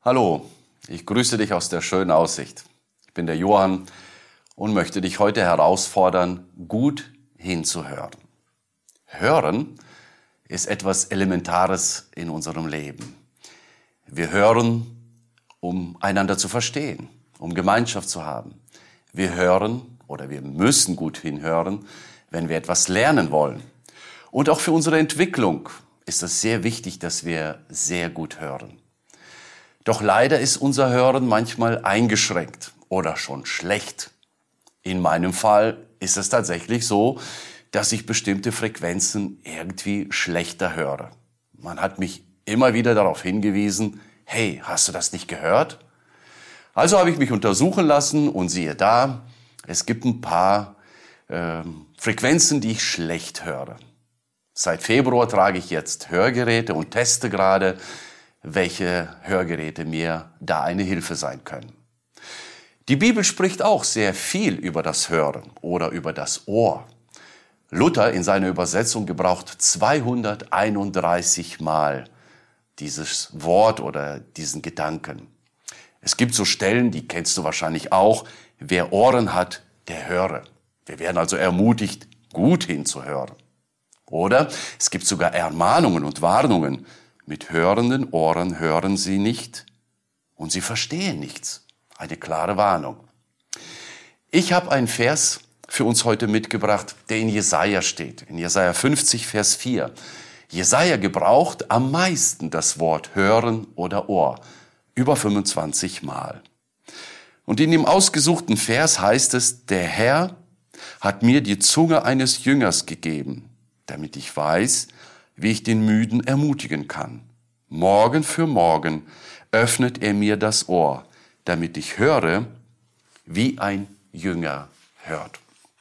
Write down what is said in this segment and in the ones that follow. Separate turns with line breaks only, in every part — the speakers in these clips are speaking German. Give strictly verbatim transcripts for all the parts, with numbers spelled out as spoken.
Hallo, ich grüße dich aus der schönen Aussicht. Ich bin der Johann und möchte dich heute herausfordern, gut hinzuhören. Hören ist etwas Elementares in unserem Leben. Wir hören, um einander zu verstehen, um Gemeinschaft zu haben. Wir hören oder wir müssen gut hinhören, wenn wir etwas lernen wollen. Und auch für unsere Entwicklung ist es sehr wichtig, dass wir sehr gut hören. Doch leider ist unser Hören manchmal eingeschränkt oder schon schlecht. In meinem Fall ist es tatsächlich so, dass ich bestimmte Frequenzen irgendwie schlechter höre. Man hat mich immer wieder darauf hingewiesen, hey, hast du das nicht gehört? Also habe ich mich untersuchen lassen und siehe da, es gibt ein paar äh, Frequenzen, die ich schlecht höre. Seit Februar trage ich jetzt Hörgeräte und teste gerade, welche Hörgeräte mir da eine Hilfe sein können. Die Bibel spricht auch sehr viel über das Hören oder über das Ohr. Luther in seiner Übersetzung gebraucht zweihunderteinunddreißig Mal dieses Wort oder diesen Gedanken. Es gibt so Stellen, die kennst du wahrscheinlich auch, wer Ohren hat, der höre. Wir werden also ermutigt, gut hinzuhören. Oder es gibt sogar Ermahnungen und Warnungen. Mit hörenden Ohren hören sie nicht und sie verstehen nichts. Eine klare Warnung. Ich habe einen Vers für uns heute mitgebracht, der in Jesaja steht. In Jesaja fünfzig, Vers vier. Jesaja gebraucht am meisten das Wort hören oder Ohr. Über fünfundzwanzig Mal. Und in dem ausgesuchten Vers heißt es, der Herr hat mir die Zunge eines Jüngers gegeben, damit ich weiß, wie ich den Müden ermutigen kann. Morgen für morgen öffnet er mir das Ohr, damit ich höre, wie ein Jünger hört.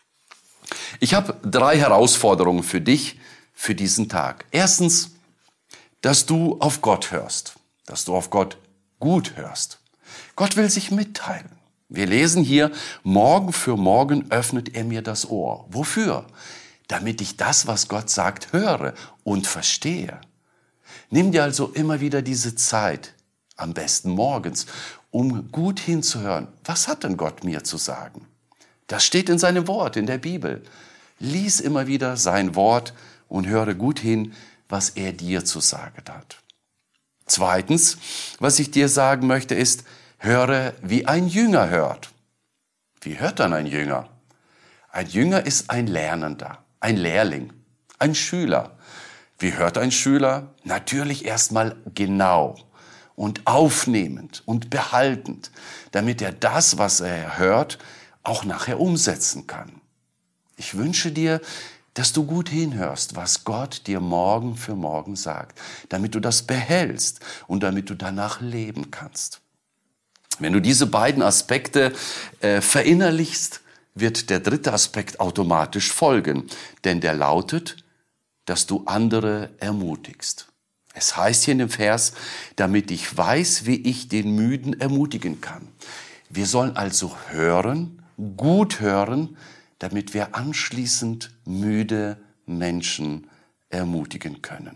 Ich habe drei Herausforderungen für dich für diesen Tag. Erstens, dass du auf Gott hörst, dass du auf Gott gut hörst. Gott will sich mitteilen. Wir lesen hier, morgen für morgen öffnet er mir das Ohr. Wofür? Damit ich das, was Gott sagt, höre und verstehe. Nimm dir also immer wieder diese Zeit, am besten morgens, um gut hinzuhören. Was hat denn Gott mir zu sagen? Das steht in seinem Wort, in der Bibel. Lies immer wieder sein Wort und höre gut hin, was er dir zu sagen hat. Zweitens, was ich dir sagen möchte, ist, höre, wie ein Jünger hört. Wie hört dann ein Jünger? Ein Jünger ist ein Lernender. Ein Lehrling, ein Schüler. Wie hört ein Schüler? Natürlich erstmal genau und aufnehmend und behaltend, damit er das, was er hört, auch nachher umsetzen kann. Ich wünsche dir, dass du gut hinhörst, was Gott dir morgen für morgen sagt, damit du das behältst und damit du danach leben kannst. Wenn du diese beiden Aspekte äh, verinnerlichst, wird der dritte Aspekt automatisch folgen, denn der lautet, dass du andere ermutigst. Es heißt hier in dem Vers, damit ich weiß, wie ich den Müden ermutigen kann. Wir sollen also hören, gut hören, damit wir anschließend müde Menschen ermutigen können.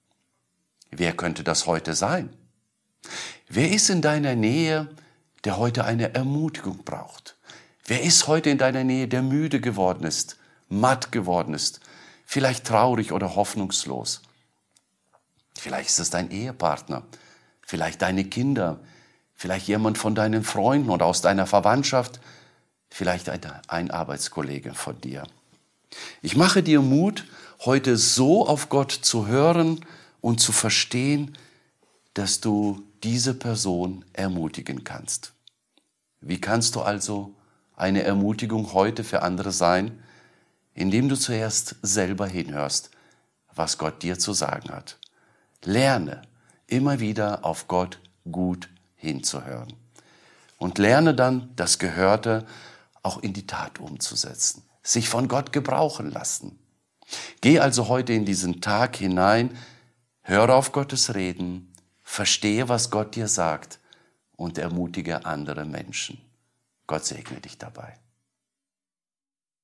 Wer könnte das heute sein? Wer ist in deiner Nähe, der heute eine Ermutigung braucht? Wer ist heute in deiner Nähe, der müde geworden ist, matt geworden ist, vielleicht traurig oder hoffnungslos? Vielleicht ist es dein Ehepartner, vielleicht deine Kinder, vielleicht jemand von deinen Freunden oder aus deiner Verwandtschaft, vielleicht ein, ein Arbeitskollege von dir. Ich mache dir Mut, heute so auf Gott zu hören und zu verstehen, dass du diese Person ermutigen kannst. Wie kannst du also eine Ermutigung heute für andere sein, indem du zuerst selber hinhörst, was Gott dir zu sagen hat. Lerne immer wieder auf Gott gut hinzuhören und lerne dann das Gehörte auch in die Tat umzusetzen, sich von Gott gebrauchen lassen. Geh also heute in diesen Tag hinein, höre auf Gottes Reden, verstehe, was Gott dir sagt und ermutige andere Menschen. Gott segne dich dabei.